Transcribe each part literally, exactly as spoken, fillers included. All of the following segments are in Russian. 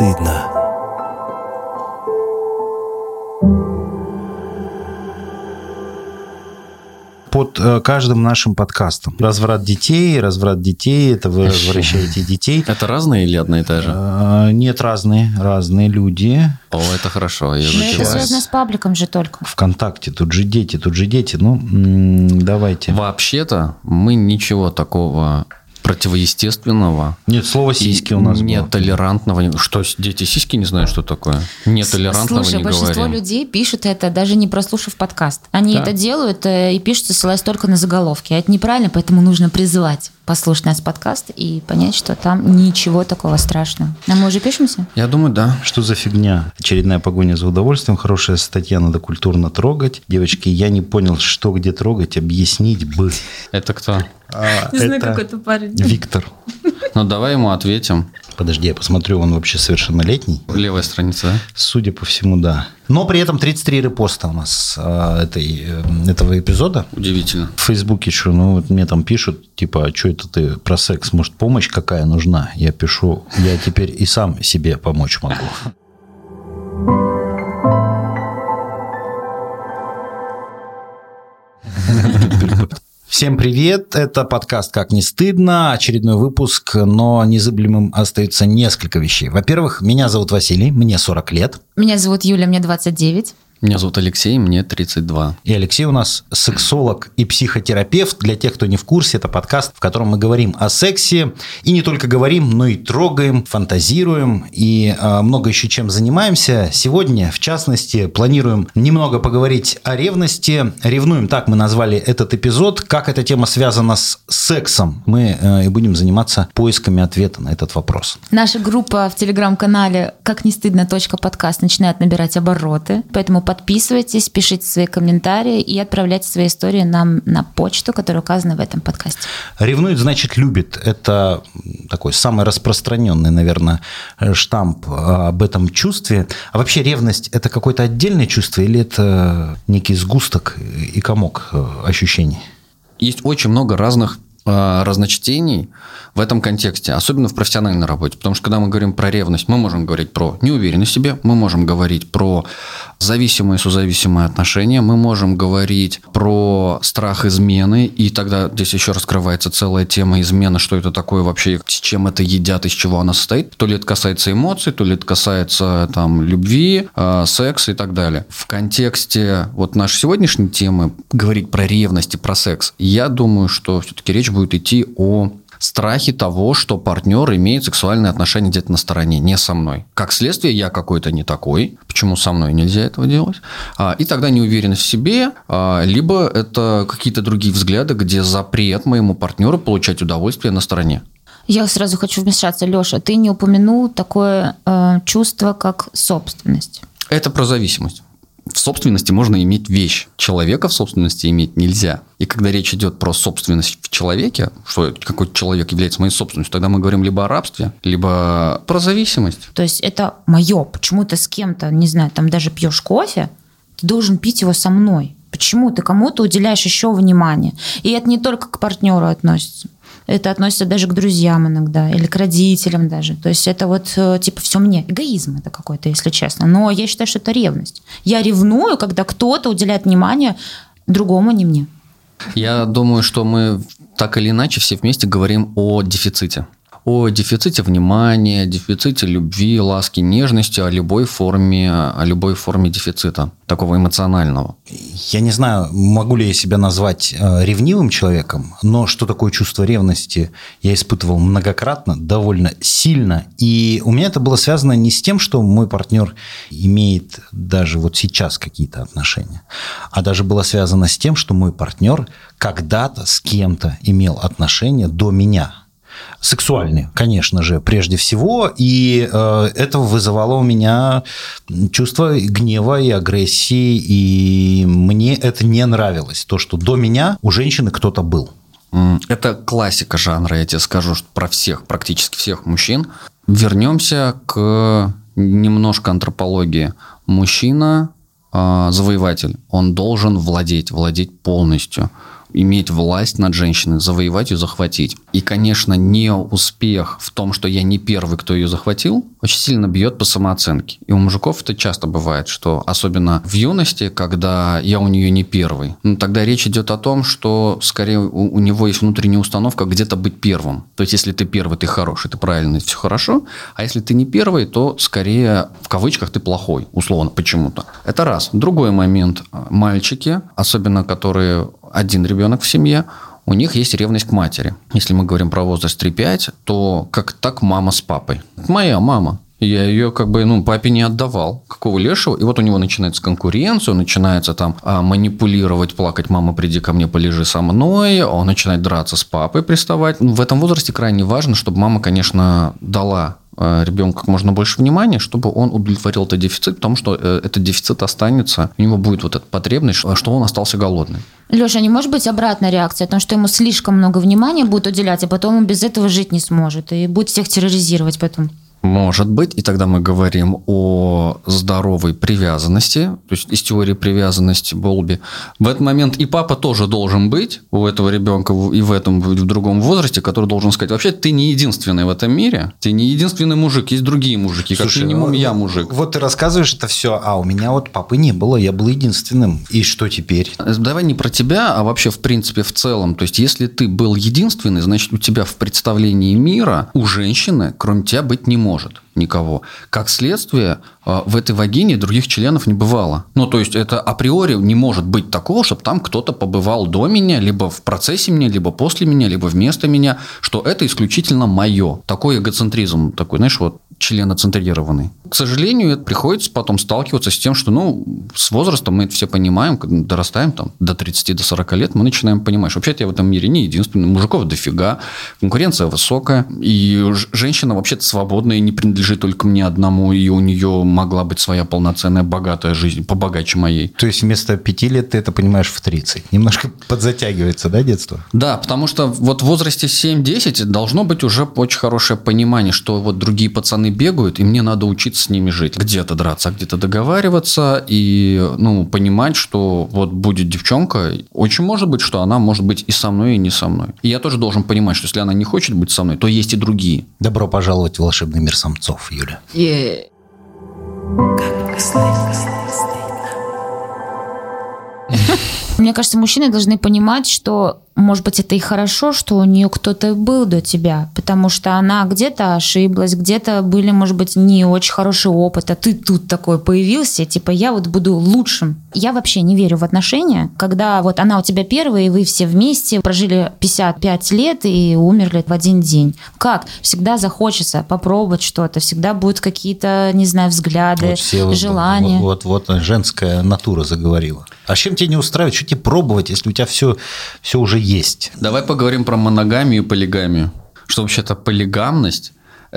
стыдно». Под э, каждым нашим подкастом. Разврат детей, разврат детей, это вы развращаете детей. Это разные или одна и та же? Э, нет, разные, разные люди. О, это хорошо. Я Но это связано с пабликом же только. ВКонтакте, тут же дети, тут же дети. Ну, м- давайте. Вообще-то мы ничего такого противоестественного. Нет, слово «сиськи» у нас было. Нетолерантного. Что, дети сиськи не знают, что такое? Нетолерантного Слушай, не большинство говорим. людей пишут это, даже не прослушав подкаст. Они Да. это делают э, и пишут, ссылаясь только на заголовки. А это неправильно, поэтому нужно призвать послушать наш подкаст и понять, что там ничего такого страшного. А мы уже пишемся? Я думаю, да. Что за фигня? Очередная погоня за удовольствием. Хорошая статья, надо культурно трогать. Девочки, я не понял, что где трогать, объяснить бы. Это кто? А, Не знаю, это какой это парень. Виктор. Ну, давай ему ответим. Подожди, я посмотрю, он вообще совершеннолетний. Левая страница, да? Судя по всему, да. Но при этом тридцать три репоста у нас а, этой, э, этого эпизода. Удивительно. В Фейсбуке еще, ну, вот мне там пишут, типа, а что это ты про секс? Может, помощь какая нужна? Я пишу, я теперь и сам себе помочь могу. Всем привет, это подкаст «Как не стыдно», очередной выпуск, но незыблемым остается несколько вещей. Во-первых, меня зовут Василий, мне сорок лет. Меня зовут Юля, мне двадцать девять. Меня зовут Алексей, мне тридцать два. И Алексей у нас сексолог и психотерапевт. Для тех, кто не в курсе, это подкаст, в котором мы говорим о сексе. И не только говорим, но и трогаем, фантазируем и а, много еще чем занимаемся. Сегодня, в частности, планируем немного поговорить о ревности. Ревнуем, так мы назвали этот эпизод. Как эта тема связана с сексом, мы а, и будем заниматься поисками ответа на этот вопрос. Наша группа в телеграм-канале «Как не стыдно. Подкаст» начинает набирать обороты, поэтому подписывайтесь, пишите свои комментарии и отправляйте свои истории нам на почту, которая указана в этом подкасте. Ревнует, значит, любит. Это такой самый распространенный, наверное, штамп об этом чувстве. А вообще ревность – это какое-то отдельное чувство или это некий сгусток и комок ощущений? Есть очень много разных э, разночтений в этом контексте, особенно в профессиональной работе. Потому что, когда мы говорим про ревность, мы можем говорить про неуверенность в себе, мы можем говорить про зависимые и созависимые отношения, мы можем говорить про страх измены, и тогда здесь еще раскрывается целая тема измены, что это такое вообще, с чем это едят, из чего она состоит. То ли это касается эмоций, то ли это касается там, любви, э, секса и так далее. В контексте вот нашей сегодняшней темы говорить про ревность и про секс, я думаю, что все-таки речь будет идти о страхе того, что партнер имеет сексуальные отношения где-то на стороне, не со мной. Как следствие, я какой-то не такой, почему со мной нельзя этого делать. И тогда неуверенность в себе, либо это какие-то другие взгляды, где запрет моему партнеру получать удовольствие на стороне. Я сразу хочу вмешаться. Леша, ты не упомянул такое э, чувство, как собственность. Это про зависимость. В собственности можно иметь вещь. Человека в собственности иметь нельзя. И когда речь идет про собственность в человеке, что какой-то человек является моей собственностью, тогда мы говорим либо о рабстве, либо про зависимость. То есть это мое. Почему ты с кем-то, не знаю, там даже пьешь кофе, ты должен пить его со мной. Почему ты кому-то уделяешь еще внимание? И это не только к партнеру относится. Это относится даже к друзьям иногда, или к родителям даже. То есть это вот типа все мне. Эгоизм это какой-то, если честно. Но я считаю, что это ревность. Я ревную, когда кто-то уделяет внимание другому, а не мне. Я думаю, что мы так или иначе все вместе говорим о дефиците. О дефиците внимания, дефиците любви, ласки, нежности, о любой форме, о любой форме дефицита, такого эмоционального. Я не знаю, могу ли я себя назвать ревнивым человеком, но что такое чувство ревности, я испытывал многократно, довольно сильно. И у меня это было связано не с тем, что мой партнер имеет даже вот сейчас какие-то отношения, а даже было связано с тем, что мой партнер когда-то с кем-то имел отношения до меня. Сексуальные, конечно же, прежде всего, и э, это вызывало у меня чувство гнева и агрессии, и мне это не нравилось, то, что до меня у женщины кто-то был. Это классика жанра, я тебе скажу, что про всех, практически всех мужчин. Вернемся к немножко антропологии. Мужчина, э, завоеватель, он должен владеть, владеть полностью. иметь власть над женщиной, завоевать ее, захватить. И, конечно, не успех в том, что я не первый, кто ее захватил, очень сильно бьет по самооценке. И у мужиков это часто бывает, что особенно в юности, когда я у нее не первый, ну, тогда речь идет о том, что скорее у, у него есть внутренняя установка где-то быть первым. То есть, если ты первый, ты хороший, ты правильный, все хорошо. А если ты не первый, то скорее, в кавычках, ты плохой, условно, почему-то. Это раз. Другой момент. Мальчики, особенно которые один ребенок в семье, у них есть ревность к матери. Если мы говорим про возраст три-пять, то как так мама с папой. Моя мама. Я ее как бы, ну, папе не отдавал. Какого лешего? И вот у него начинается конкуренция, он начинается там а, манипулировать, плакать: мама, приди ко мне, полежи со мной. Он начинает драться с папой, приставать. В этом возрасте крайне важно, чтобы мама, конечно, дала ребенку как можно больше внимания, чтобы он удовлетворил этот дефицит, потому что этот дефицит останется, у него будет вот эта потребность, что он остался голодным. Леша, не может быть обратная реакция, потому что ему слишком много внимания будет уделять, а потом он без этого жить не сможет и будет всех терроризировать потом? Может быть, и тогда мы говорим о здоровой привязанности, то есть из теории привязанности Болби. В этот момент и папа тоже должен быть у этого ребенка и в этом, и в другом возрасте, который должен сказать: вообще ты не единственный в этом мире, ты не единственный мужик, есть другие мужики, как Слушай, минимум ну, я мужик. Вот ты рассказываешь это все, а у меня вот папы не было, я был единственным. И что теперь? Давай не про тебя, а вообще в принципе в целом. То есть если ты был единственный, значит у тебя в представлении мира у женщины кроме тебя быть не может. Никого. Как следствие, в этой вагине других членов не бывало. Ну, то есть, это априори не может быть такого, чтобы там кто-то побывал до меня, либо в процессе меня, либо после меня, либо вместо меня, что это исключительно мое. Такой эгоцентризм, такой, знаешь, вот членоцентрированный. К сожалению, приходится потом сталкиваться с тем, что, ну, с возрастом мы это все понимаем, когда дорастаем там, до тридцати, до сорока лет, мы начинаем понимать, что вообще-то я в этом мире не единственный, мужиков дофига, конкуренция высокая, и женщина вообще-то свободная и не принадлежит только мне одному, и у нее могла быть своя полноценная, богатая жизнь, побогаче моей. То есть, вместо пяти лет ты это понимаешь в тридцать. Немножко подзатягивается, да, детство? Да, потому что вот в возрасте семь-десять должно быть уже очень хорошее понимание, что вот другие пацаны бегают, и мне надо учиться с ними жить. Где-то драться, а где-то договариваться, и, ну, понимать, что вот будет девчонка, очень может быть, что она может быть и со мной, и не со мной. И я тоже должен понимать, что если она не хочет быть со мной, то есть и другие. Добро пожаловать в волшебный мир самцов, Юля. Yeah. Мне кажется, мужчины должны понимать, что, может быть, это и хорошо, что у нее кто-то был до тебя, потому что она где-то ошиблась, где-то были, может быть, не очень хороший опыт, а ты тут такой появился, типа, я вот буду лучшим. Я вообще не верю в отношения, когда вот она у тебя первая, и вы все вместе прожили пятьдесят пять лет и умерли в один день. Как? Всегда захочется попробовать что-то, всегда будут какие-то, не знаю, взгляды, вот все, желания. Вот, вот, вот женская натура заговорила. А чем тебя не устраивает? Что тебе пробовать, если у тебя все, все уже есть? Давай поговорим про моногамию и полигамию. Что вообще-то полигамность –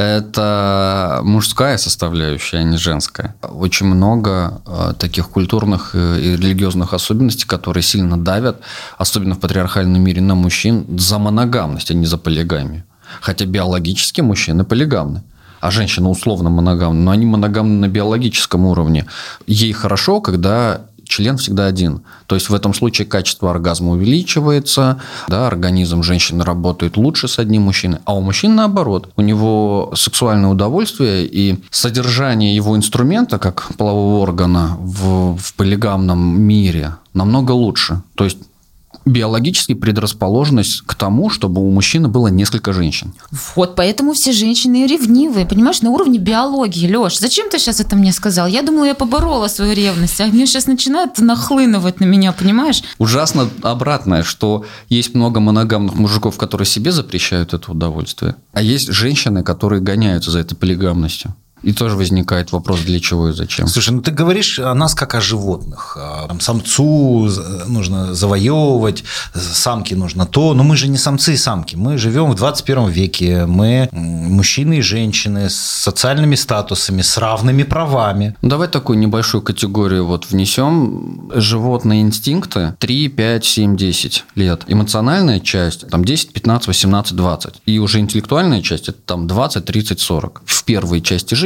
это мужская составляющая, а не женская. Очень много таких культурных и религиозных особенностей, которые сильно давят, особенно в патриархальном мире, на мужчин за моногамность, а не за полигамию. Хотя биологически мужчины полигамны. А женщины условно моногамны, но они моногамны на биологическом уровне. Ей хорошо, когда член всегда один. То есть в этом случае качество оргазма увеличивается, да, организм женщины работает лучше с одним мужчиной, а у мужчин наоборот. У него сексуальное удовольствие и содержание его инструмента, как полового органа в, в полигамном мире, намного лучше. То есть биологически предрасположенность к тому, чтобы у мужчины было несколько женщин. Вот поэтому все женщины ревнивые, понимаешь, на уровне биологии. Леш, зачем ты сейчас это мне сказал? Я думала, я поборола свою ревность, а мне сейчас начинает нахлынывать на меня, понимаешь? Ужасно обратное, что есть много моногамных мужиков, которые себе запрещают это удовольствие, а есть женщины, которые гоняются за этой полигамностью. И тоже возникает вопрос, для чего и зачем. Слушай, ну ты говоришь о нас как о животных. Там, самцу нужно завоевывать, самке нужно то. Но мы же не самцы и самки. Мы живем в двадцать первом веке. Мы мужчины и женщины с социальными статусами, с равными правами. Давай такую небольшую категорию вот внесем. Животные инстинкты три, пять, семь, десять лет. Эмоциональная часть там десять, пятнадцать, восемнадцать, двадцать. И уже интеллектуальная часть это там двадцать, тридцать, сорок. В первой части жизни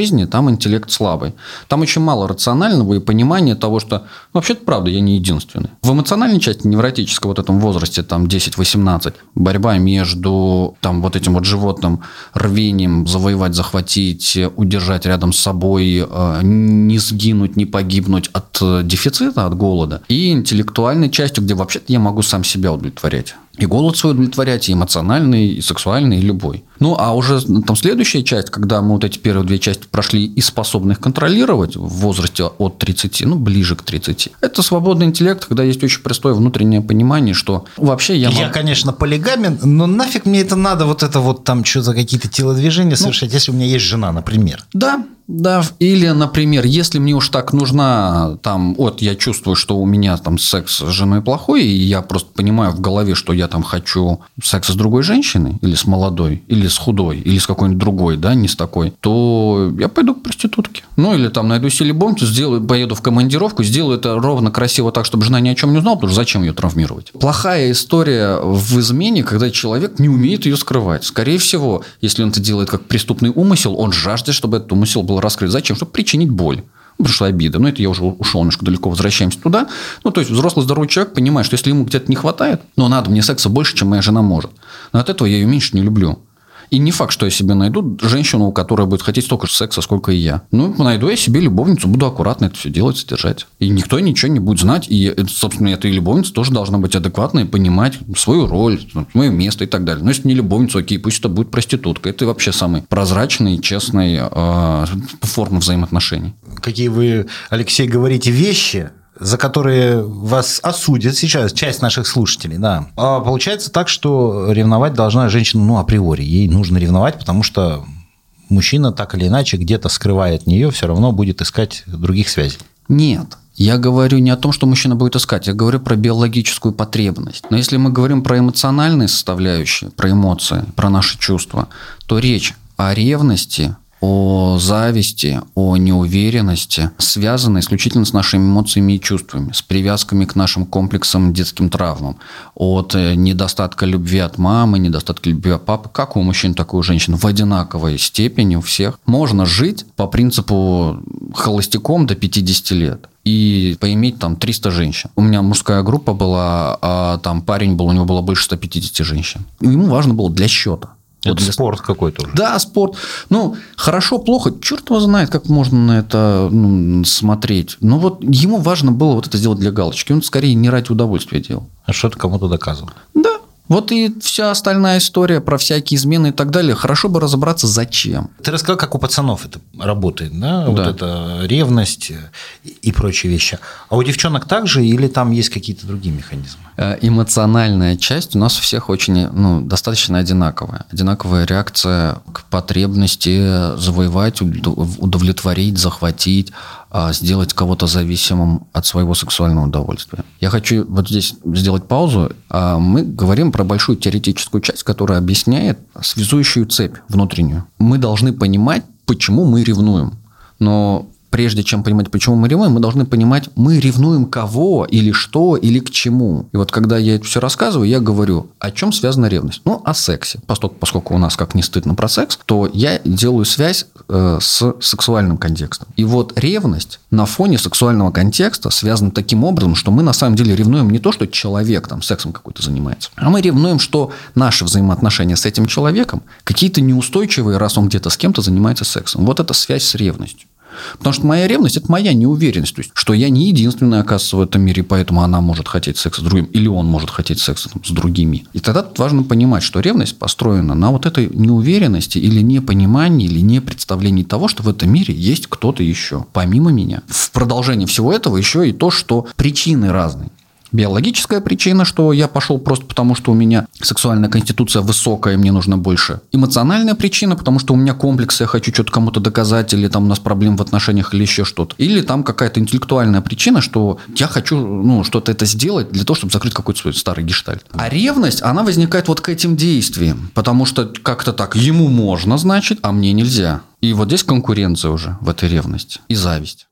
жизни, там интеллект слабый. Там очень мало рационального и понимания того, что ну, вообще-то правда, я не единственный. В эмоциональной части невротической вот этом возрасте, там десять-восемнадцать, борьба между там вот этим вот животным рвением завоевать, захватить, удержать рядом с собой, не сгинуть, не погибнуть от дефицита, от голода, и интеллектуальной частью, где вообще-то я могу сам себя удовлетворять. И голод свой удовлетворять, и эмоциональный, и сексуальный, и любой. Ну, а уже там следующая часть, когда мы вот эти первые две части прошли и способны их контролировать в возрасте от тридцати, ну, ближе к тридцати, это свободный интеллект, когда есть очень простое внутреннее понимание, что вообще я... Я, могу... конечно, полигамен, но нафиг мне это надо, вот это вот там что-то какие-то телодвижения совершать, ну, если у меня есть жена, например. Да, да. Или, например, если мне уж так нужна, там, вот я чувствую, что у меня там секс с женой плохой, и я просто понимаю в голове, что я там хочу секса с другой женщиной, или с молодой, или с худой, или с какой-нибудь другой, да, не с такой, то я пойду к проститутке. Ну, или там найду себе любовницу, сделаю, поеду в командировку, сделаю это ровно красиво так, чтобы жена ни о чем не узнала, потому что зачем ее травмировать? Плохая история в измене, когда человек не умеет ее скрывать. Скорее всего, если он это делает как преступный умысел, он жаждет, чтобы этот умысел был раскрыт. Зачем? Чтобы причинить боль. Потому что обида. Но это я уже ушел немножко далеко, возвращаемся туда. Ну, то есть, взрослый здоровый человек понимает, что если ему где-то не хватает, но надо мне секса больше, чем моя жена может. Но от этого я ее меньше не люблю. И не факт, что я себе найду женщину, которая будет хотеть столько же секса, сколько и я. Ну, найду я себе любовницу, буду аккуратно это все делать, содержать. И никто ничего не будет знать. И, собственно, эта любовница тоже должна быть адекватной, понимать свою роль, свое место и так далее. Но если не любовница, окей, пусть это будет проститутка. Это вообще самый прозрачный, честный э, форма взаимоотношений. Какие вы, Алексей, говорите вещи, за которые вас осудят сейчас часть наших слушателей, да. А получается так, что ревновать должна женщина, ну, априори. Ей нужно ревновать, потому что мужчина так или иначе где-то скрывая от нее, все равно будет искать других связей. Нет. Я говорю не о том, что мужчина будет искать, я говорю про биологическую потребность. Но если мы говорим про эмоциональные составляющие, про эмоции, про наши чувства, то речь о ревности, о зависти, о неуверенности, связаны исключительно с нашими эмоциями и чувствами, с привязками к нашим комплексам, детским травмам, от недостатка любви от мамы, недостатка любви от папы, как у мужчин, так и у женщин, в одинаковой степени у всех. Можно жить по принципу холостяком до пятидесяти лет и поиметь там триста женщин. У меня мужская группа была, а там парень был, у него было больше ста пятидесяти женщин. Ему важно было для счета. Это Вот спорт какой-то уже. Да, спорт. Ну, хорошо, плохо. Черт его знает, как можно на это ну, смотреть. Но вот ему важно было вот это сделать для галочки. Он скорее не ради удовольствия делал. А что-то кому-то доказывал. Да. Вот и вся остальная история про всякие измены и так далее. Хорошо бы разобраться, зачем. Ты рассказал, как у пацанов это работает, да? Вот Да. это ревность и прочие вещи. А у девчонок также или там есть какие-то другие механизмы? Эмоциональная часть у нас у всех очень, ну, достаточно одинаковая. Одинаковая реакция к потребности завоевать, удовлетворить, захватить, сделать кого-то зависимым от своего сексуального удовольствия. Я хочу вот здесь сделать паузу. Мы говорим про большую теоретическую часть, которая объясняет связующую цепь внутреннюю. Мы должны понимать, почему мы ревнуем. Но прежде чем понимать, почему мы ревнуем, мы должны понимать, мы ревнуем кого или что или к чему. И вот когда я это все рассказываю, я говорю, о чем связана ревность? Ну, о сексе. Поскольку, поскольку у нас, как не стыдно, про секс, то я делаю связь э, с сексуальным контекстом. И вот ревность на фоне сексуального контекста связана таким образом, что мы на самом деле ревнуем не то, что человек там сексом какой-то занимается, а мы ревнуем, что наши взаимоотношения с этим человеком какие-то неустойчивые, раз он где-то с кем-то занимается сексом. Вот это связь с ревностью. Потому что моя ревность – это моя неуверенность. То есть, что я не единственная, оказывается, в этом мире, поэтому она может хотеть секса с другим, или он может хотеть секса там, с другими. И тогда тут важно понимать, что ревность построена на вот этой неуверенности или непонимании, или непредставлении того, что в этом мире есть кто-то еще, помимо меня. В продолжении всего этого еще и то, что причины разные. Биологическая причина, что я пошел просто потому, что у меня сексуальная конституция высокая, и мне нужно больше. Эмоциональная причина, потому что у меня комплексы, я хочу что-то кому-то доказать, или там у нас проблемы в отношениях, или еще что-то. Или там какая-то интеллектуальная причина, что я хочу ну, что-то это сделать для того, чтобы закрыть какой-то свой старый гештальт. А ревность, она возникает вот к этим действиям, потому что как-то так, ему можно, значит, а мне нельзя. И вот здесь конкуренция уже в этой ревности и зависть.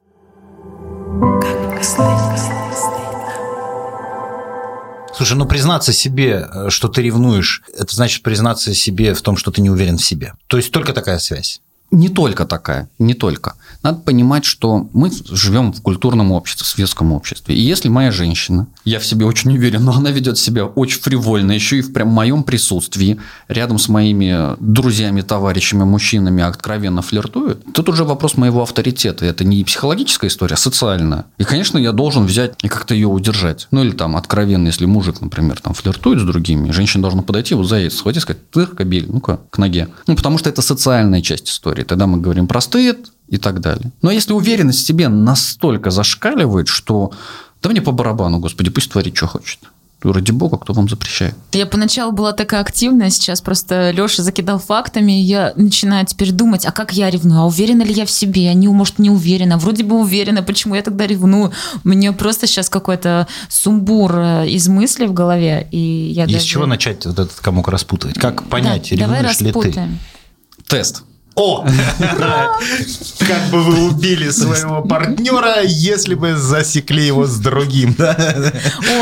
Слушай, ну признаться себе, что ты ревнуешь, это значит признаться себе в том, что ты не уверен в себе. То есть только такая связь. не только такая, не только. Надо понимать, что мы живем в культурном обществе, в светском обществе. И если моя женщина, я в себе очень уверен, но она ведет себя очень фривольно, еще и в прям моем присутствии, рядом с моими друзьями, товарищами, мужчинами откровенно флиртует, тут уже вопрос моего авторитета. Это не психологическая история, а социальная. И, конечно, я должен взять и как-то ее удержать. Ну, или там откровенно, если мужик, например, там флиртует с другими, женщина должна подойти, вот за яйца схватить и сказать: ты кобель, ну-ка, к ноге. Ну, потому что это социальная часть истории. Тогда мы говорим про стыд и так далее. Но если уверенность в себе настолько зашкаливает, что да мне по барабану, господи, пусть творит, что хочет. Ради бога, кто вам запрещает? Я поначалу была такая активная, сейчас просто Леша закидал фактами, и я начинаю теперь думать, а как я ревную, а уверена ли я в себе, а не, может, не уверена, вроде бы уверена, почему я тогда ревную? У меня просто сейчас какой-то сумбур из мыслей в голове, и я Из даже... чего начать вот этот комок распутывать? Как понять, да, ревнуешь ли ты? Тест. О! Как бы вы убили своего партнера, если бы засекли его с другим, да?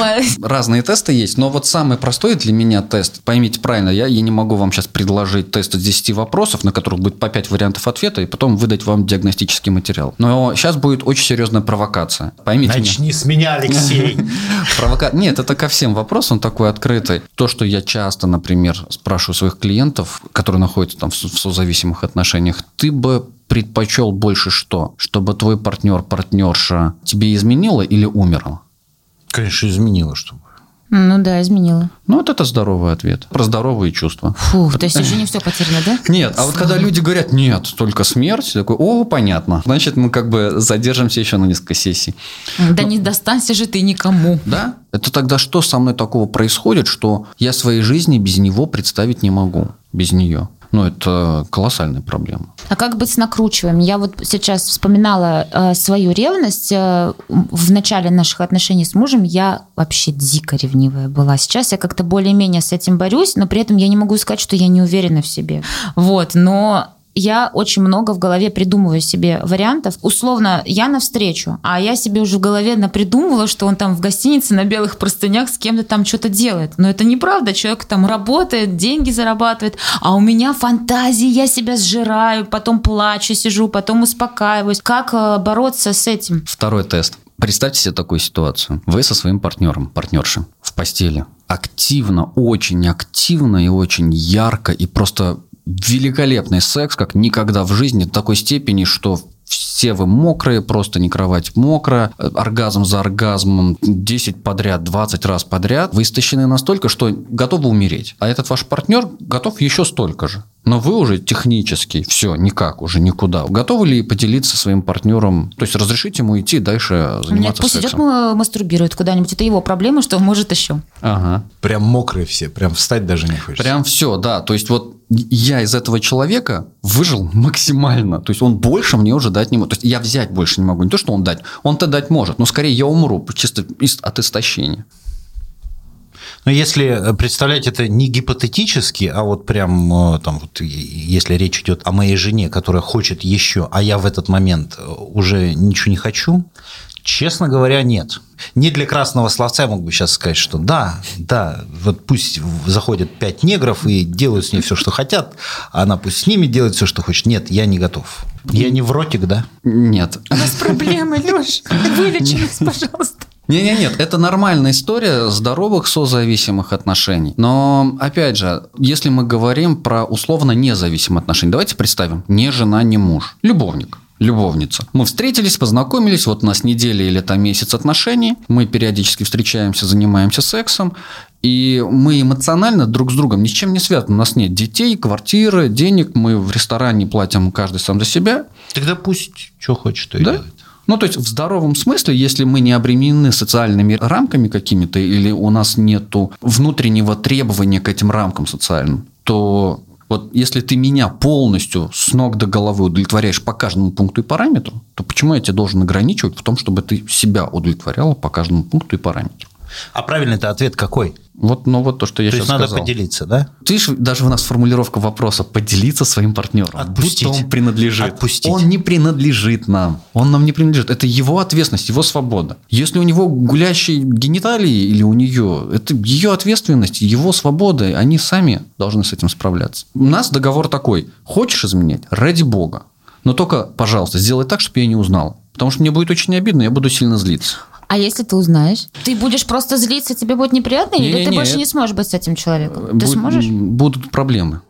Разные тесты есть, но вот самый простой для меня тест, поймите правильно, я, я не могу вам сейчас предложить тест из десяти вопросов, на которых будет по пять вариантов ответа, и потом выдать вам диагностический материал. Но сейчас будет очень серьезная провокация. Поймите Начни меня. с меня, Алексей. Провока... Нет, это ко всем вопрос, он такой открытый. То, что я часто, например, спрашиваю своих клиентов, которые находятся там в созависимых отношениях, ты бы предпочел больше что? Чтобы твой партнер, партнерша тебе изменила или умерла? Конечно, изменила, чтобы. Ну да, изменила. Ну, вот это здоровый ответ. Про здоровые чувства. Фу, то есть уже не все потеряно, да? Нет, а вот когда люди говорят: нет, только смерть, такой: о, понятно. Значит, мы как бы задержимся еще на несколько сессий. Да не достанься же ты никому. Да? Это тогда что со мной такого происходит, что я своей жизни без него представить не могу, без нее? Ну, это колоссальная проблема. А как быть с накручиванием? Я вот сейчас вспоминала э, свою ревность. Э, в начале наших отношений с мужем я вообще дико ревнивая была. Сейчас я как-то более-менее с этим борюсь, но при этом я не могу сказать, что я не уверена в себе. Вот, но... Я очень много в голове придумываю себе вариантов. Условно, я навстречу, а я себе уже в голове напридумывала, что он там в гостинице на белых простынях с кем-то там что-то делает. Но это неправда. Человек там работает, деньги зарабатывает, а у меня фантазии, я себя сжираю, потом плачу, сижу, потом успокаиваюсь. Как бороться с этим? Второй тест. Представьте себе такую ситуацию. Вы со своим партнером, партнершей в постели. Активно, очень активно и очень ярко, и просто... великолепный секс, как никогда в жизни, до такой степени, что все вы мокрые, просто не кровать мокрая, оргазм за оргазмом, десять подряд, двадцать раз подряд. Вы истощены настолько, что готовы умереть. А этот ваш партнер готов еще столько же. Но вы уже технически все, никак уже никуда. Готовы ли поделиться своим партнером? То есть разрешить ему идти дальше заниматься Нет, пусть сексом? идет мастурбирует куда-нибудь. Это его проблема, что он может еще. Ага. Прям мокрые все, прям встать даже не хочется. Прям все, да. То есть вот я из этого человека выжил максимально. То есть он больше мне уже дать не может. То есть я взять больше не могу. Не то, что он дать. Он-то дать может. Но скорее я умру чисто от истощения. Но если представлять это не гипотетически, а вот прям там, вот, если речь идет о моей жене, которая хочет еще, а я в этот момент уже ничего не хочу, честно говоря, нет. Не для красного словца я мог бы сейчас сказать, что да, да, вот пусть заходят пять негров и делают с ней все, что хотят, а она пусть с ними делает все, что хочет. Нет, я не готов. Я невротик, да? Нет. У нас проблемы, Леш. Вылечи нас, пожалуйста. Не-не-нет, это нормальная история здоровых созависимых отношений. Но, опять же, если мы говорим про условно независимые отношения, давайте представим, ни жена, ни муж, любовник. Любовница. Мы встретились, познакомились, вот у нас неделя или там месяц отношений, мы периодически встречаемся, занимаемся сексом, и мы эмоционально друг с другом ни с чем не связаны. У нас нет детей, квартиры, денег, мы в ресторане платим каждый сам за себя. Тогда пусть что хочет, то и да? делает. Ну, то есть, в здоровом смысле, если мы не обременены социальными рамками какими-то, или у нас нет внутреннего требования к этим рамкам социальным, то... Вот если ты меня полностью с ног до головы удовлетворяешь по каждому пункту и параметру, то почему я тебя должен ограничивать в том, чтобы ты себя удовлетворяла по каждому пункту и параметру? А правильный-то ответ какой? Вот, ну, вот то, что я то сейчас есть надо сказал. поделиться, да? Ты видишь, даже у нас формулировка вопроса «поделиться своим партнером». Отпустить. Будто он принадлежит. Отпустить. Он не принадлежит нам. Он нам не принадлежит. Это его ответственность, его свобода. Если у него гулящие гениталии или у нее, это ее ответственность, его свобода. Они сами должны с этим справляться. У нас договор такой. Хочешь изменять? Ради бога. Но только, пожалуйста, сделай так, чтобы я не узнал. Потому что мне будет очень обидно, я буду сильно злиться. А если ты узнаешь? Ты будешь просто злиться, тебе будет неприятно? Не, или не, ты не, больше это... не сможешь быть с этим человеком? Ты Буд... сможешь? Будут проблемы.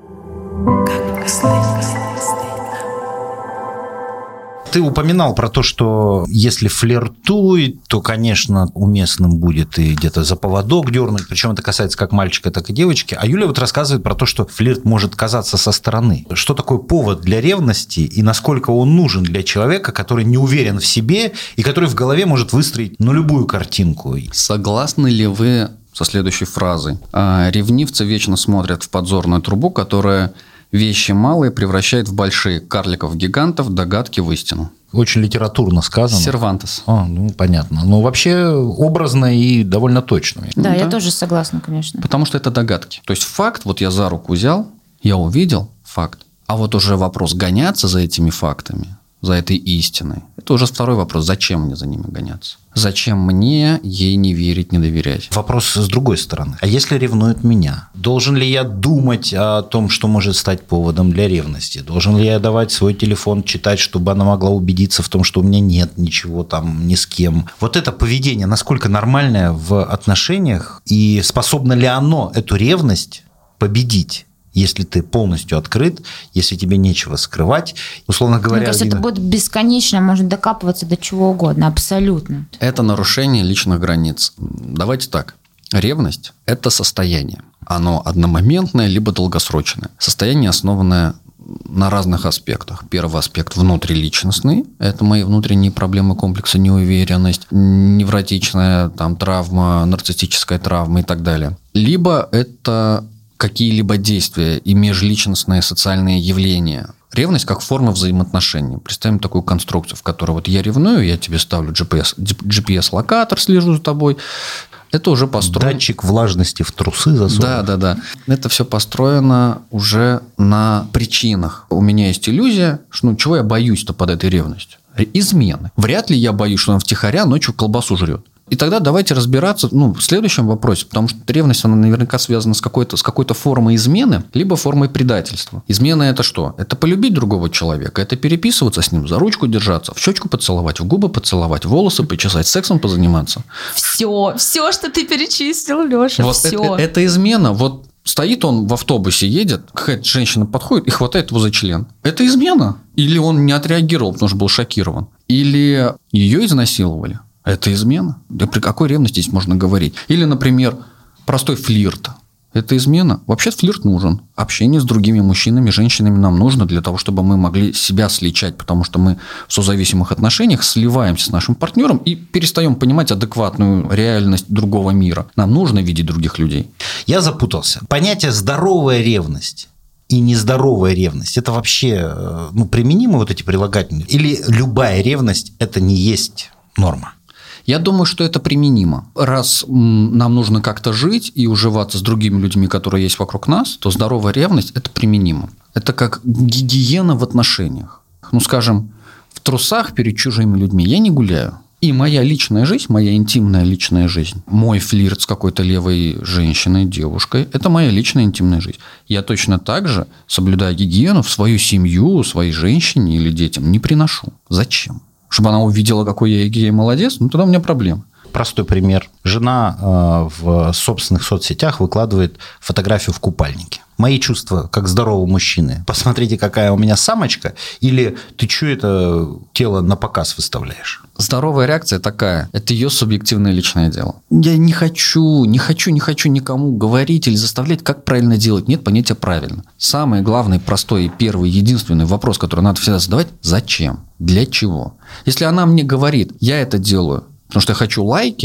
Ты упоминал про то, что если флиртует, то, конечно, уместным будет и где-то за поводок дернуть. Причем это касается как мальчика, так и девочки. А Юля вот рассказывает про то, что флирт может казаться со стороны. Что такое повод для ревности и насколько он нужен для человека, который не уверен в себе и который в голове может выстроить ну, любую картинку. Согласны ли вы со следующей фразой? Ревнивцы вечно смотрят в подзорную трубу, которая... Вещи малые превращает в большие, карликов-гигантов, догадки в истину. Очень литературно сказано. Сервантес. А, ну, понятно. Но вообще образно и довольно точно. Да, Ну, я да. тоже согласна, конечно. Потому что это догадки. То есть факт, вот я за руку взял, я увидел факт. А вот уже вопрос гоняться за этими фактами, за этой истиной, это уже второй вопрос. Зачем мне за ними гоняться? Зачем мне ей не верить, не доверять? Вопрос с другой стороны. А если ревнует меня? Должен ли я думать о том, что может стать поводом для ревности? Должен ли я давать свой телефон читать, чтобы она могла убедиться в том, что у меня нет ничего там ни с кем? Вот это поведение, насколько нормальное в отношениях? И способно ли оно, эту ревность, победить? Если ты полностью открыт, если тебе нечего скрывать, условно говоря... Мне кажется, это будет бесконечно, можно докапываться до чего угодно, абсолютно. Это нарушение личных границ. Давайте так. Ревность – это состояние. Оно одномоментное, либо долгосрочное. Состояние, основанное на разных аспектах. Первый аспект внутриличностный. Это мои внутренние проблемы, комплексы, неуверенность, невротичная там, травма, нарциссическая травма и так далее. Либо это... какие-либо действия и межличностные социальные явления. Ревность как форма взаимоотношений. Представим такую конструкцию, в которой вот я ревную, я тебе ставлю джи пи эс, джи пи эс-локатор, слежу за тобой. Это уже построено... Датчик влажности в трусы засунул. Да, да, да. Это все построено уже на причинах. У меня есть иллюзия, что ну, чего я боюсь-то под этой ревностью? Измены. Вряд ли я боюсь, что он втихаря ночью колбасу жрет. И тогда давайте разбираться ну, в следующем вопросе, потому что ревность, она наверняка связана с какой-то, с какой-то формой измены, либо формой предательства. Измена – это что? Это полюбить другого человека, это переписываться с ним, за ручку держаться, в щечку поцеловать, в губы поцеловать, волосы почесать, сексом позаниматься. Все, все, что ты перечислил, Леша, вот все. Это, это измена. Вот стоит он в автобусе, едет, какая-то женщина подходит и хватает его за член. Это измена? Или он не отреагировал, потому что был шокирован? Или ее изнасиловали? Это измена? Да при какой ревности здесь можно говорить? Или, например, простой флирт. Это измена? Вообще флирт нужен. Общение с другими мужчинами, женщинами нам нужно для того, чтобы мы могли себя сличать, потому что мы в созависимых отношениях сливаемся с нашим партнером и перестаем понимать адекватную реальность другого мира. Нам нужно видеть других людей. Я запутался. Понятие «здоровая ревность» и нездоровая ревность – это вообще ну, применимы вот эти прилагательные? Или любая ревность – это не есть норма? Я думаю, что это применимо. Раз нам нужно как-то жить и уживаться с другими людьми, которые есть вокруг нас, то здоровая ревность – это применимо. Это как гигиена в отношениях. Ну, скажем, в трусах перед чужими людьми я не гуляю. И моя личная жизнь, моя интимная личная жизнь, мой флирт с какой-то левой женщиной, девушкой – это моя личная интимная жизнь. Я точно так же, соблюдая гигиену, в свою семью, своей женщине или детям не приношу. Зачем? Чтобы она увидела, какой я гей молодец, ну тогда у меня проблемы. Простой пример. Жена э, в собственных соцсетях выкладывает фотографию в купальнике. Мои чувства, как здорового мужчины. Посмотрите, какая у меня самочка. Или ты что это тело на показ выставляешь? Здоровая реакция такая. Это ее субъективное личное дело. Я не хочу, не хочу, не хочу никому говорить или заставлять, как правильно делать. Нет понятия правильно. Самый главный, простой и первый, единственный вопрос, который надо всегда задавать – зачем? Для чего? Если она мне говорит, я это делаю, потому что я хочу лайки,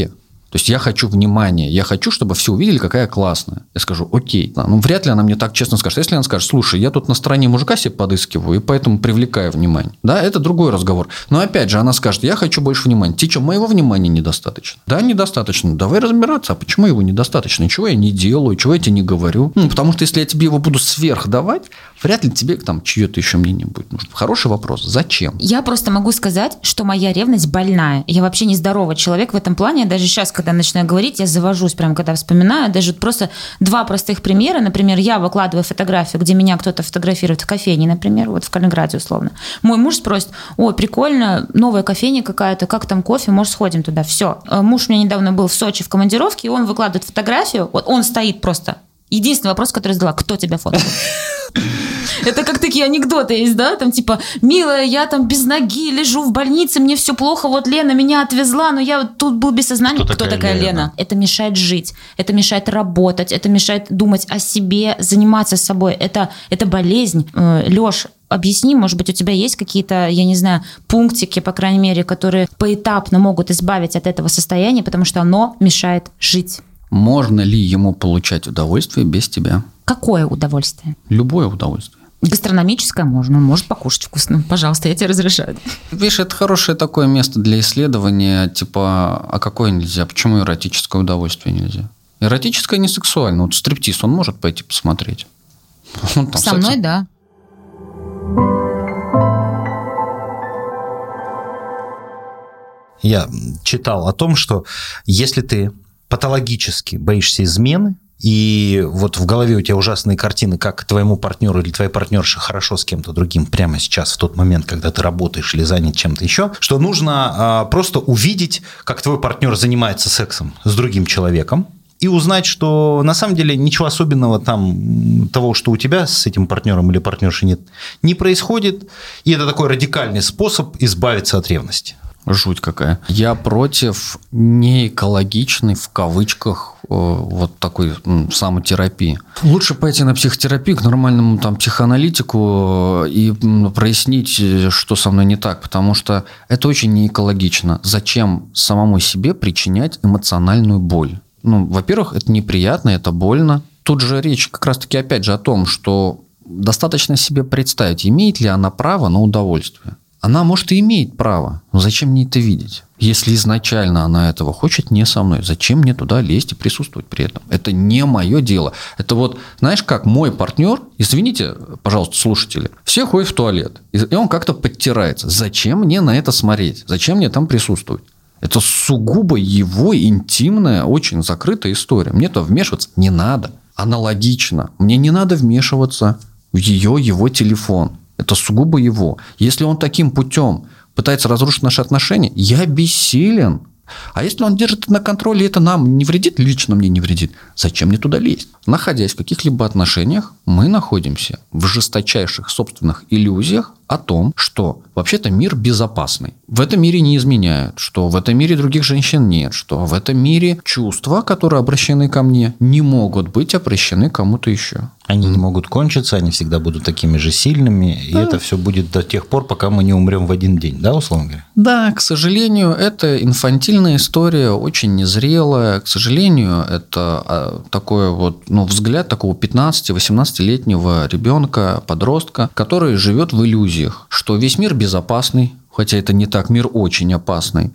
То есть я хочу внимания, я хочу, чтобы все увидели, какая я классная. Я скажу, окей. Ну, вряд ли она мне так честно скажет. Если она скажет, слушай, я тут на стороне мужика себе подыскиваю, и поэтому привлекаю внимание. Да, это другой разговор. Но опять же, она скажет, я хочу больше внимания. Тебе что, моего внимания недостаточно? Да, недостаточно. Давай разбираться, а почему его недостаточно? Чего я не делаю, чего я тебе не говорю? Ну, потому что если я тебе его буду сверх давать, вряд ли тебе там чье-то еще мнение будет нужно. Хороший вопрос. Зачем? Я просто могу сказать, что моя ревность больная. Я вообще нездоровый человек в этом плане. Даже сейчас, когда начинаю говорить, я завожусь прям, когда вспоминаю. Даже просто два простых примера. Например, я выкладываю фотографию, где меня кто-то фотографирует в кофейне, например, вот в Калининграде условно. Мой муж спросит, ой, прикольно, новая кофейня какая-то, как там кофе, может, сходим туда. Все. Муж у меня недавно был в Сочи в командировке, и он выкладывает фотографию, вот он стоит просто. Единственный вопрос, который задала, кто тебя фоткал? Это как такие анекдоты есть, да? Там типа, милая, я там без ноги лежу в больнице, мне все плохо, вот Лена меня отвезла, но я тут был без сознания. Кто, Кто такая, такая Лена? Лена? Это мешает жить, это мешает работать, это мешает думать о себе, заниматься собой. Это, это болезнь. Лёш, объясни, может быть, у тебя есть какие-то, я не знаю, пунктики, по крайней мере, которые поэтапно могут избавить от этого состояния, потому что оно мешает жить. Можно ли ему получать удовольствие без тебя? Какое удовольствие? Любое удовольствие. Гастрономическое можно, он может покушать вкусно. Пожалуйста, я тебе разрешаю. Видишь, это хорошее такое место для исследования, типа, а какое нельзя? Почему эротическое удовольствие нельзя? Эротическое не сексуально. Вот стриптиз он может пойти посмотреть. Он там Со мной, секс... да. Я читал о том, что если ты патологически боишься измены, и вот в голове у тебя ужасные картины, как твоему партнеру или твоей партнерше хорошо с кем-то другим прямо сейчас, в тот момент, когда ты работаешь или занят чем-то еще, что нужно а, просто увидеть, как твой партнер занимается сексом с другим человеком, и узнать, что на самом деле ничего особенного там, того, что у тебя с этим партнером или партнершей нет, не происходит. И это такой радикальный способ избавиться от ревности. Жуть какая. Я против неэкологичной, в кавычках, вот такой самотерапии. Лучше пойти на психотерапию к нормальному там психоаналитику и прояснить, что со мной не так, потому что это очень неэкологично. Зачем самому себе причинять эмоциональную боль? Ну, во-первых, это неприятно, это больно. Тут же речь как раз-таки опять же о том, что достаточно себе представить, имеет ли она право на удовольствие. Она, может, и имеет право, но зачем мне это видеть? Если изначально она этого хочет не со мной, зачем мне туда лезть и присутствовать при этом? Это не мое дело. Это вот, знаешь, как мой партнер, извините, пожалуйста, слушатели, все ходят в туалет, и он как-то подтирается. Зачем мне на это смотреть? Зачем мне там присутствовать? Это сугубо его интимная, очень закрытая история. Мне туда вмешиваться не надо. Аналогично. Мне не надо вмешиваться в ее, его телефон. Это сугубо его. Если он таким путем пытается разрушить наши отношения, я бессилен. А если он держит это на контроле, это нам не вредит, лично мне не вредит, зачем мне туда лезть? Находясь в каких-либо отношениях, мы находимся в жесточайших собственных иллюзиях о том, что вообще-то мир безопасный. В этом мире не изменяют, что в этом мире других женщин нет, что в этом мире чувства, которые обращены ко мне, не могут быть обращены кому-то еще. Они не могут кончиться, они всегда будут такими же сильными, и да. Это все будет до тех пор, пока мы не умрем в один день, да, условно говоря? Да, к сожалению, это инфантильная история, очень незрелая. К сожалению, это такой вот, ну, взгляд такого пятнадцати-восемнадцатилетнего ребенка, подростка, который живет в иллюзиях, что весь мир безопасный, хотя это не так, мир очень опасный,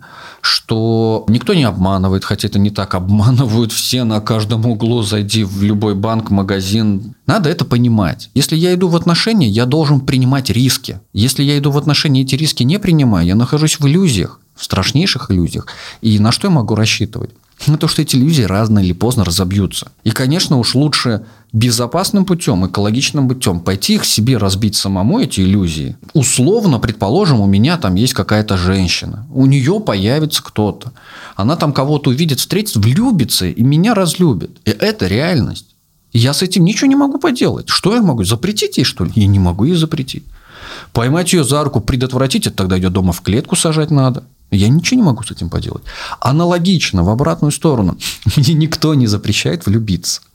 что никто не обманывает, хотя это не так, обманывают все на каждом углу, зайди в любой банк, магазин. Надо это понимать. Если я иду в отношения, я должен принимать риски. Если я иду в отношения, эти риски не принимаю, я нахожусь в иллюзиях, в страшнейших иллюзиях. И на что я могу рассчитывать? На то, что эти иллюзии рано или поздно разобьются. И, конечно, уж лучше безопасным путем, экологичным путем пойти их себе разбить самому, эти иллюзии. Условно, предположим, у меня там есть какая-то женщина. У нее появится кто-то. Она там кого-то увидит, встретит, влюбится и меня разлюбит. И это реальность. И я с этим ничего не могу поделать. Что я могу? Запретить ей, что ли? Я не могу ей запретить. Поймать ее за руку, предотвратить, это тогда ее дома в клетку сажать надо. Я ничего не могу с этим поделать. Аналогично, в обратную сторону. Мне никто не запрещает влюбиться.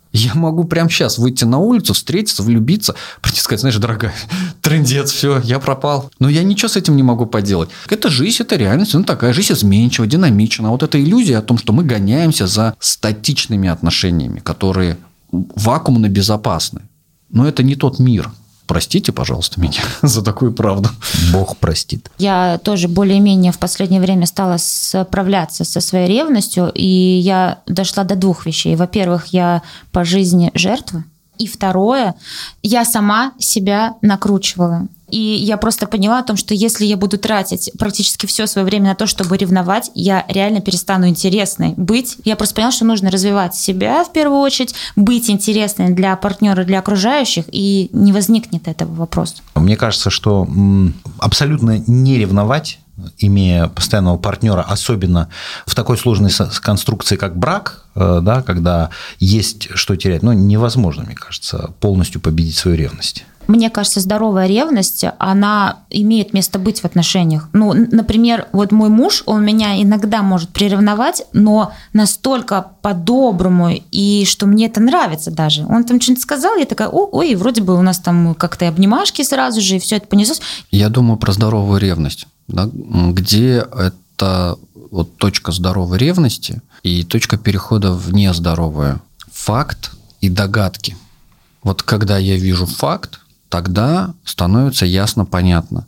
Я могу прямо сейчас выйти на улицу, встретиться, влюбиться, прийти сказать, знаешь, дорогая, трындец, все, я пропал. Но я ничего с этим не могу поделать. Это жизнь, это реальность, ну такая жизнь изменчива, динамична. А вот эта иллюзия о том, что мы гоняемся за статичными отношениями, которые вакуумно безопасны. Но это не тот мир. Простите, пожалуйста, меня за такую правду. Бог простит. Я тоже более-менее в последнее время стала справляться со своей ревностью, и я дошла до двух вещей. Во-первых, я по жизни жертва. И второе, я сама себя накручивала. И я просто поняла о том, что если я буду тратить практически все свое время на то, чтобы ревновать, я реально перестану интересной быть. Я просто поняла, что нужно развивать себя в первую очередь, быть интересной для партнера, для окружающих, и не возникнет этого вопроса. Мне кажется, что абсолютно не ревновать, имея постоянного партнера, особенно в такой сложной конструкции, как брак, да, когда есть что терять, ну, невозможно, мне кажется, полностью победить свою ревность. Мне кажется, здоровая ревность, она имеет место быть в отношениях. Ну, например, вот мой муж, он меня иногда может приревновать, но настолько по-доброму, и что мне это нравится даже. Он там что-нибудь сказал, я такая, о, ой, вроде бы у нас там как-то и обнимашки сразу же, и все это понеслось. Я думаю про здоровую ревность, да, где это вот точка здоровой ревности и точка перехода в нездоровую. Факт и догадки. Вот когда я вижу факт, тогда становится ясно понятно,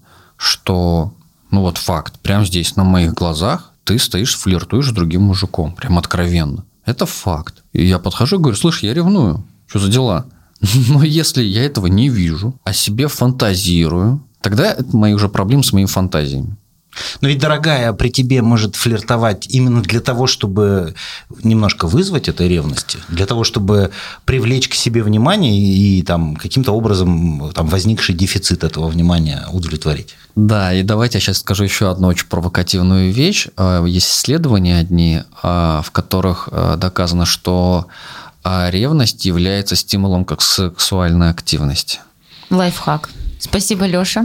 что, ну вот факт, прямо здесь на моих глазах ты стоишь, флиртуешь с другим мужиком, прям откровенно. Это факт. И я подхожу и говорю, слышь, я ревную, что за дела? Но если я этого не вижу, а себе фантазирую, тогда это мои уже проблемы с моими фантазиями. Но ведь дорогая при тебе может флиртовать именно для того, чтобы немножко вызвать этой ревности, для того, чтобы привлечь к себе внимание и, и там, каким-то образом там, возникший дефицит этого внимания удовлетворить. Да, и давайте я сейчас скажу еще одну очень провокативную вещь. Есть исследования одни, в которых доказано, что ревность является стимулом к сексуальной активности. Лайфхак. Спасибо, Леша.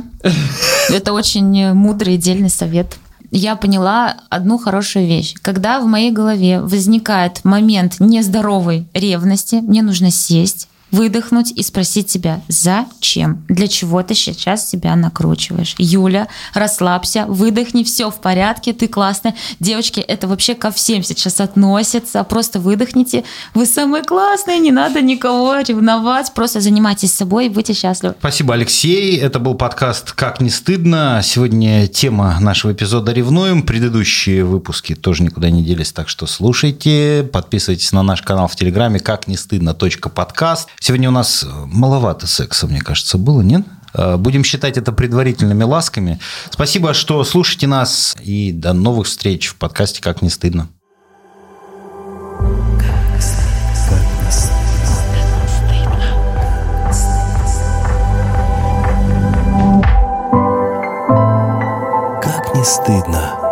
Это очень мудрый и дельный совет. Я поняла одну хорошую вещь. Когда в моей голове возникает момент нездоровой ревности, мне нужно сесть, выдохнуть и спросить себя, зачем? Для чего ты сейчас себя накручиваешь? Юля, расслабься, выдохни, все в порядке, ты классная. Девочки, это вообще ко всем сейчас относится. Просто выдохните. Вы самые классные, не надо никого ревновать. Просто занимайтесь собой и будьте счастливы. Спасибо, Алексей. Это был подкаст «Как не стыдно». Сегодня тема нашего эпизода «Ревнуем». Предыдущие выпуски тоже никуда не делись, так что слушайте. Подписывайтесь на наш канал в Телеграме «Как не стыдно. Подкаст». Сегодня у нас маловато секса, мне кажется, было, нет? Будем считать это предварительными ласками. Спасибо, что слушаете нас, и до новых встреч в подкасте «Как не стыдно». Как не стыдно.